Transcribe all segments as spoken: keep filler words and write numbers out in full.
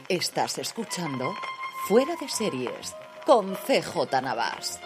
Estás escuchando Fuera de Series con C J Navas.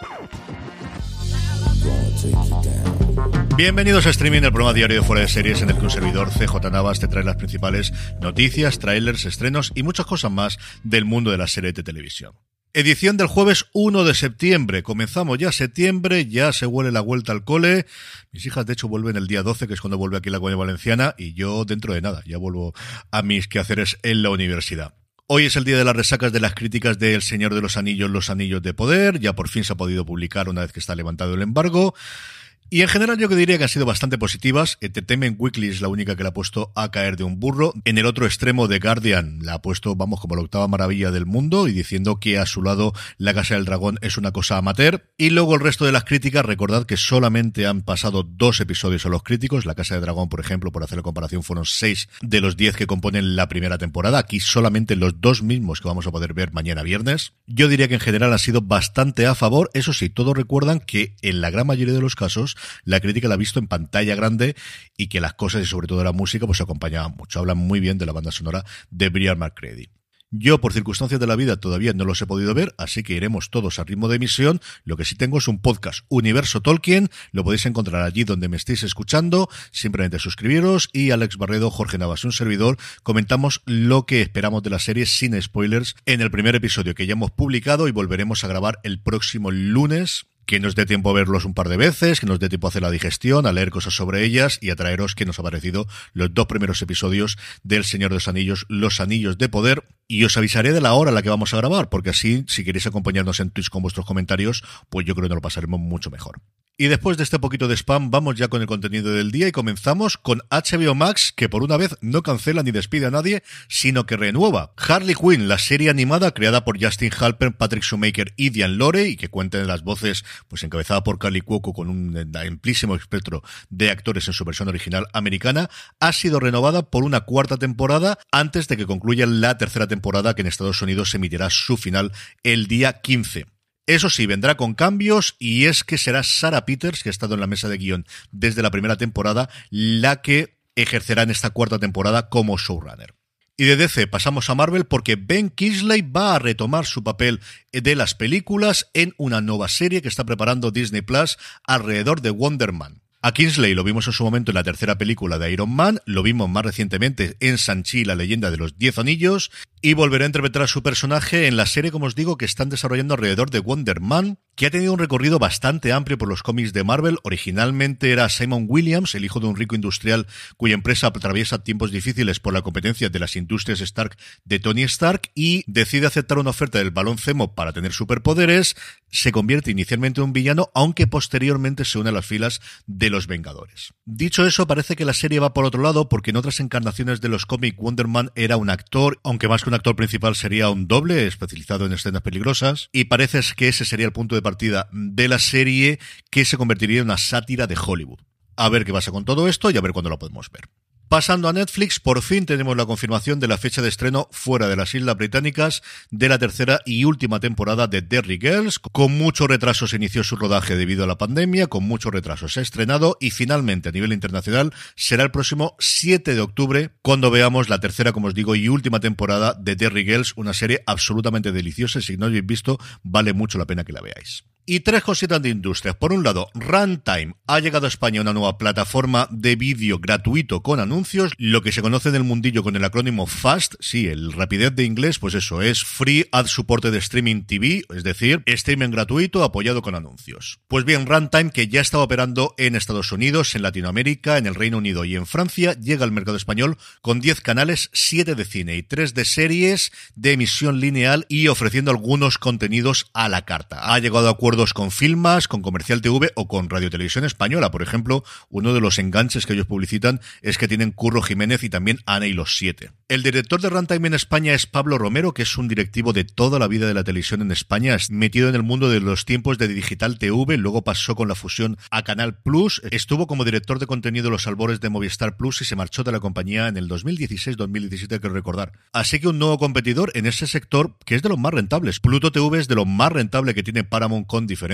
Bienvenidos a Streaming, el programa diario de Fuera de Series en el que un servidor, C J Navas, te trae las principales noticias, trailers, estrenos y muchas cosas más del mundo de las series de televisión. Edición del jueves uno de septiembre. Comenzamos ya septiembre, ya se huele la vuelta al cole. Mis hijas, de hecho, vuelven el día doce, que es cuando vuelve aquí la Comunidad Valenciana, y yo dentro de nada, ya vuelvo a mis quehaceres en la universidad. Hoy es el día de las resacas de las críticas de El Señor de los Anillos, Los Anillos de Poder. Ya por fin se ha podido publicar una vez que está levantado el embargo. Y en general yo que diría que han sido bastante positivas. Entertainment Weekly es la única que la ha puesto a caer de un burro. En el otro extremo, The Guardian la ha puesto, vamos, como la octava maravilla del mundo y diciendo que a su lado La Casa del Dragón es una cosa amateur. Y luego el resto de las críticas, recordad que solamente han pasado dos episodios a los críticos. La Casa del Dragón, por ejemplo, por hacer la comparación, fueron seis de los diez que componen la primera temporada. Aquí solamente los dos mismos que vamos a poder ver mañana viernes. Yo diría que en general han sido bastante a favor. Eso sí, todos recuerdan que en la gran mayoría de los casos la crítica la ha visto en pantalla grande y que las cosas y sobre todo la música pues se acompañaban mucho. Hablan muy bien de la banda sonora de Brian McCready. Yo, por circunstancias de la vida, todavía no los he podido ver, así que iremos todos a ritmo de emisión. Lo que sí tengo es un podcast, Universo Tolkien, lo podéis encontrar allí donde me estéis escuchando, simplemente suscribiros, y Alex Barredo, Jorge Navas, un servidor, comentamos lo que esperamos de la serie sin spoilers en el primer episodio que ya hemos publicado y volveremos a grabar el próximo lunes. Que nos dé tiempo a verlos un par de veces, que nos dé tiempo a hacer la digestión, a leer cosas sobre ellas y a traeros que nos ha parecido los dos primeros episodios del Señor de los Anillos, Los Anillos de Poder. Y os avisaré de la hora a la que vamos a grabar, porque así, si queréis acompañarnos en Twitch con vuestros comentarios, pues yo creo que nos lo pasaremos mucho mejor. Y después de este poquito de spam, vamos ya con el contenido del día y comenzamos con H B O Max, que por una vez no cancela ni despide a nadie, sino que renueva Harley Quinn, la serie animada creada por Justin Halpern, Patrick Shoemaker y Diane Lore, y que cuenta en las voces, pues encabezada por Kaley Cuoco con un amplísimo espectro de actores en su versión original americana, ha sido renovada por una cuarta temporada antes de que concluya la tercera temporada, que en Estados Unidos se emitirá su final el día quince. Eso sí, vendrá con cambios, y es que será Sarah Peters, que ha estado en la mesa de guión desde la primera temporada, la que ejercerá en esta cuarta temporada como showrunner. Y de D C pasamos a Marvel porque Ben Kingsley va a retomar su papel de las películas en una nueva serie que está preparando Disney Plus alrededor de Wonder Man. A Kingsley lo vimos en su momento en la tercera película de Iron Man, lo vimos más recientemente en Shang-Chi, la leyenda de los Diez Anillos, y volverá a interpretar a su personaje en la serie, como os digo, que están desarrollando alrededor de Wonder Man, que ha tenido un recorrido bastante amplio por los cómics de Marvel. Originalmente era Simon Williams, el hijo de un rico industrial cuya empresa atraviesa tiempos difíciles por la competencia de las industrias Stark de Tony Stark, y decide aceptar una oferta del Balón Zemo para tener superpoderes. Se convierte inicialmente en un villano, aunque posteriormente se une a las filas de los Vengadores. Dicho eso, parece que la serie va por otro lado, porque en otras encarnaciones de los cómics Wonder Man era un actor, aunque más que un actor principal sería un doble especializado en escenas peligrosas, y parece que ese sería el punto de partida de la serie, que se convertiría en una sátira de Hollywood. A ver qué pasa con todo esto y a ver cuándo lo podemos ver. Pasando a Netflix, por fin tenemos la confirmación de la fecha de estreno fuera de las Islas Británicas de la tercera y última temporada de Derry Girls. Con mucho retraso se inició su rodaje debido a la pandemia, con mucho retraso se ha estrenado y finalmente a nivel internacional será el próximo siete de octubre cuando veamos la tercera, como os digo, y última temporada de Derry Girls, una serie absolutamente deliciosa y si no la habéis visto vale mucho la pena que la veáis. Y tres cositas de industrias. Por un lado, Runtime. Ha llegado a España una nueva plataforma de vídeo gratuito con anuncios, lo que se conoce en el mundillo con el acrónimo FAST. Sí, el rapidez de inglés, pues eso, es Free Ad Supported Streaming T V, es decir, streaming gratuito apoyado con anuncios. Pues bien, Runtime, que ya estaba operando en Estados Unidos, en Latinoamérica, en el Reino Unido y en Francia, llega al mercado español con diez canales, siete de cine y tres de series de emisión lineal y ofreciendo algunos contenidos a la carta. Ha llegado a acuerdo con Filmas, con Comercial T V o con Radio Televisión Española. Por ejemplo, uno de los enganches que ellos publicitan es que tienen Curro Jiménez y también Ana y los Siete. El director de Runtime en España es Pablo Romero, que es un directivo de toda la vida de la televisión en España, metido en el mundo de los tiempos de Digital T V, luego pasó con la fusión a Canal Plus, estuvo como director de contenido de los albores de Movistar Plus y se marchó de la compañía en el dos mil dieciséis dos mil diecisiete, hay que recordar. Así que un nuevo competidor en ese sector que es de los más rentables. Pluto T V es de lo más rentable que tiene Paramount con diferencia.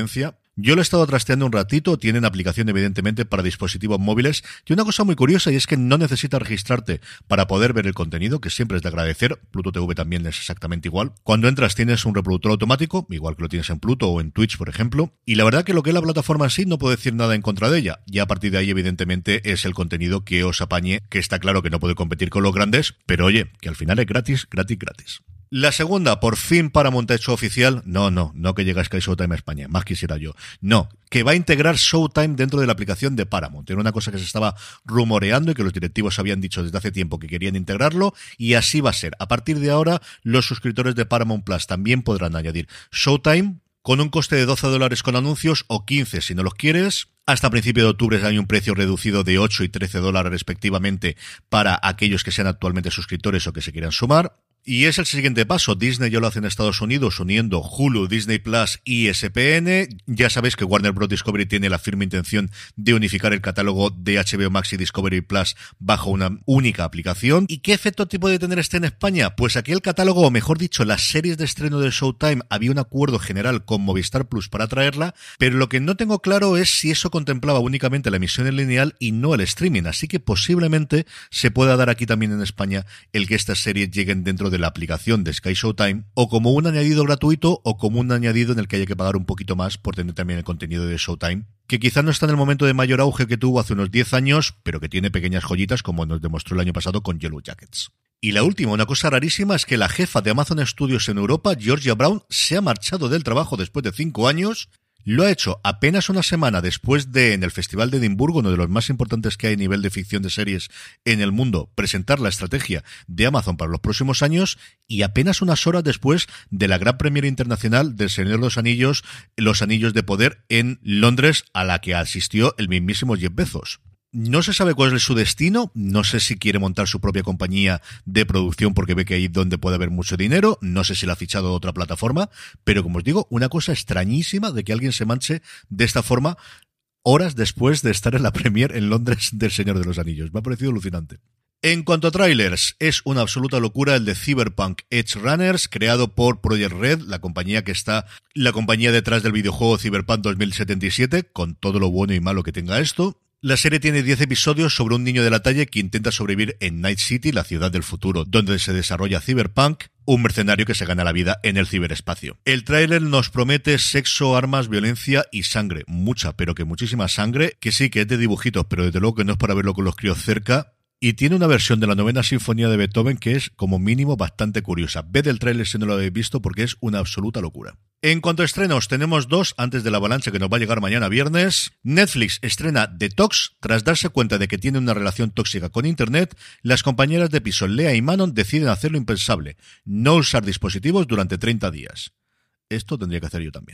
Yo lo he estado trasteando un ratito, tienen aplicación evidentemente para dispositivos móviles, y una cosa muy curiosa y es que no necesitas registrarte para poder ver el contenido, que siempre es de agradecer. Pluto T V también es exactamente igual. Cuando entras tienes un reproductor automático, igual que lo tienes en Pluto o en Twitch, por ejemplo, y la verdad que lo que es la plataforma en sí no puedo decir nada en contra de ella, y a partir de ahí evidentemente es el contenido que os apañe, que está claro que no puede competir con los grandes, pero oye, que al final es gratis, gratis, gratis. La segunda, por fin Paramount ha hecho oficial, no, no, no que llega Sky Showtime a España, más quisiera yo, no, que va a integrar Showtime dentro de la aplicación de Paramount. Era una cosa que se estaba rumoreando y que los directivos habían dicho desde hace tiempo que querían integrarlo, y así va a ser. A partir de ahora, los suscriptores de Paramount Plus también podrán añadir Showtime, con un coste de doce dólares con anuncios o quince si no los quieres. Hasta principio de octubre hay un precio reducido de ocho y trece dólares respectivamente para aquellos que sean actualmente suscriptores o que se quieran sumar. Y es el siguiente paso. Disney ya lo hace en Estados Unidos uniendo Hulu, Disney Plus y E S P N. Ya sabéis que Warner Bros. Discovery tiene la firme intención de unificar el catálogo de H B O Max y Discovery Plus bajo una única aplicación. ¿Y qué efecto puede tener este en España? Pues aquí el catálogo, o mejor dicho, las series de estreno de Showtime, había un acuerdo general con Movistar Plus para traerla, pero lo que no tengo claro es si eso contemplaba únicamente la emisión en lineal y no el streaming. Así que posiblemente se pueda dar aquí también en España el que estas series lleguen dentro de la aplicación de Sky Showtime, o como un añadido gratuito o como un añadido en el que haya que pagar un poquito más por tener también el contenido de Showtime, que quizá no está en el momento de mayor auge que tuvo hace unos diez años, pero que tiene pequeñas joyitas como nos demostró el año pasado con Yellow Jackets. Y la última, una cosa rarísima, es que la jefa de Amazon Studios en Europa, Georgia Brown, se ha marchado del trabajo después de cinco años. Lo ha hecho apenas una semana después de, en el Festival de Edimburgo, uno de los más importantes que hay a nivel de ficción de series en el mundo, presentar la estrategia de Amazon para los próximos años, y apenas unas horas después de la gran premiere internacional del Señor de los Anillos, Los Anillos de Poder en Londres, a la que asistió el mismísimo Jeff Bezos. No se sabe cuál es su destino, no sé si quiere montar su propia compañía de producción porque ve que ahí es donde puede haber mucho dinero, no sé si la ha fichado de otra plataforma, pero como os digo, una cosa extrañísima de que alguien se manche de esta forma horas después de estar en la premiere en Londres del Señor de los Anillos. Me ha parecido alucinante. En cuanto a trailers, es una absoluta locura el de Cyberpunk Edge Runners, creado por Project Red, la compañía que está, la compañía detrás del videojuego Cyberpunk dos mil setenta y siete, con todo lo bueno y malo que tenga esto. La serie tiene diez episodios sobre un niño de la talla que intenta sobrevivir en Night City, la ciudad del futuro, donde se desarrolla Cyberpunk, un mercenario que se gana la vida en el ciberespacio. El tráiler nos promete sexo, armas, violencia y sangre. Mucha, pero que muchísima sangre, que sí que es de dibujitos, pero desde luego que no es para verlo con los críos cerca. Y tiene una versión de la novena sinfonía de Beethoven que es, como mínimo, bastante curiosa. Ved el tráiler si no lo habéis visto porque es una absoluta locura. En cuanto a estrenos, tenemos dos antes de la avalancha que nos va a llegar mañana viernes. Netflix estrena Detox. Tras darse cuenta de que tiene una relación tóxica con Internet, las compañeras de piso Lea y Manon deciden hacer lo impensable: no usar dispositivos durante treinta días. Esto tendría que hacer yo también.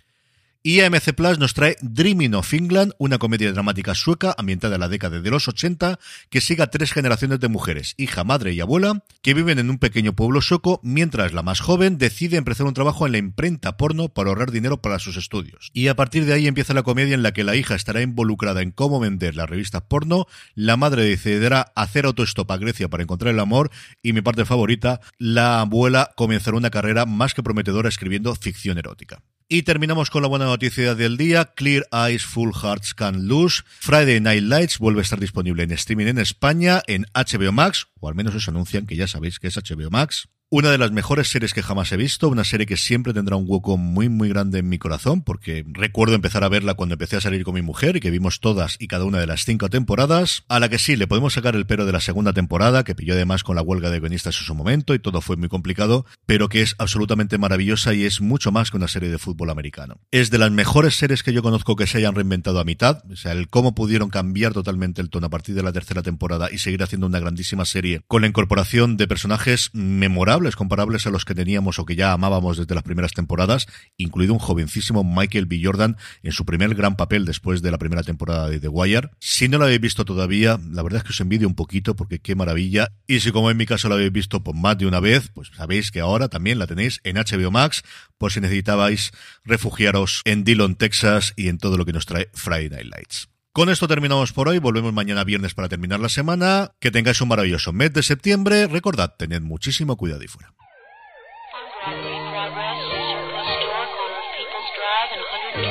Y A M C Plus nos trae Dreaming of England, una comedia dramática sueca ambientada en la década de los ochenta, que sigue a tres generaciones de mujeres, hija, madre y abuela, que viven en un pequeño pueblo sueco, mientras la más joven decide empezar un trabajo en la imprenta porno para ahorrar dinero para sus estudios. Y a partir de ahí empieza la comedia en la que la hija estará involucrada en cómo vender las revistas porno, la madre decidirá hacer autostop a Grecia para encontrar el amor, y mi parte favorita, la abuela comenzará una carrera más que prometedora escribiendo ficción erótica. Y terminamos con la buena noticia del día. Clear Eyes, Full Hearts Can't Lose. Friday Night Lights vuelve a estar disponible en streaming en España, en H B O Max, o al menos os anuncian que ya sabéis que es H B O Max. Una de las mejores series que jamás he visto, una serie que siempre tendrá un hueco muy muy grande en mi corazón, porque recuerdo empezar a verla cuando empecé a salir con mi mujer y que vimos todas y cada una de las cinco temporadas, a la que sí, le podemos sacar el pero de la segunda temporada, que pilló además con la huelga de guionistas en su momento y todo fue muy complicado, pero que es absolutamente maravillosa y es mucho más que una serie de fútbol americano. Es de las mejores series que yo conozco que se hayan reinventado a mitad, o sea, el cómo pudieron cambiar totalmente el tono a partir de la tercera temporada y seguir haciendo una grandísima serie con la incorporación de personajes memorables, comparables a los que teníamos o que ya amábamos desde las primeras temporadas, incluido un jovencísimo Michael B. Jordan en su primer gran papel después de la primera temporada de The Wire. Si no lo habéis visto todavía, la verdad es que os envidio un poquito porque qué maravilla. Y si como en mi caso lo habéis visto por más de una vez, pues sabéis que ahora también la tenéis en H B O Max, por si necesitabais refugiaros en Dillon, Texas y en todo lo que nos trae Friday Night Lights. Con esto terminamos por hoy, volvemos mañana viernes para terminar la semana. Que tengáis un maravilloso mes de septiembre. Recordad, tened muchísimo cuidado y fuera.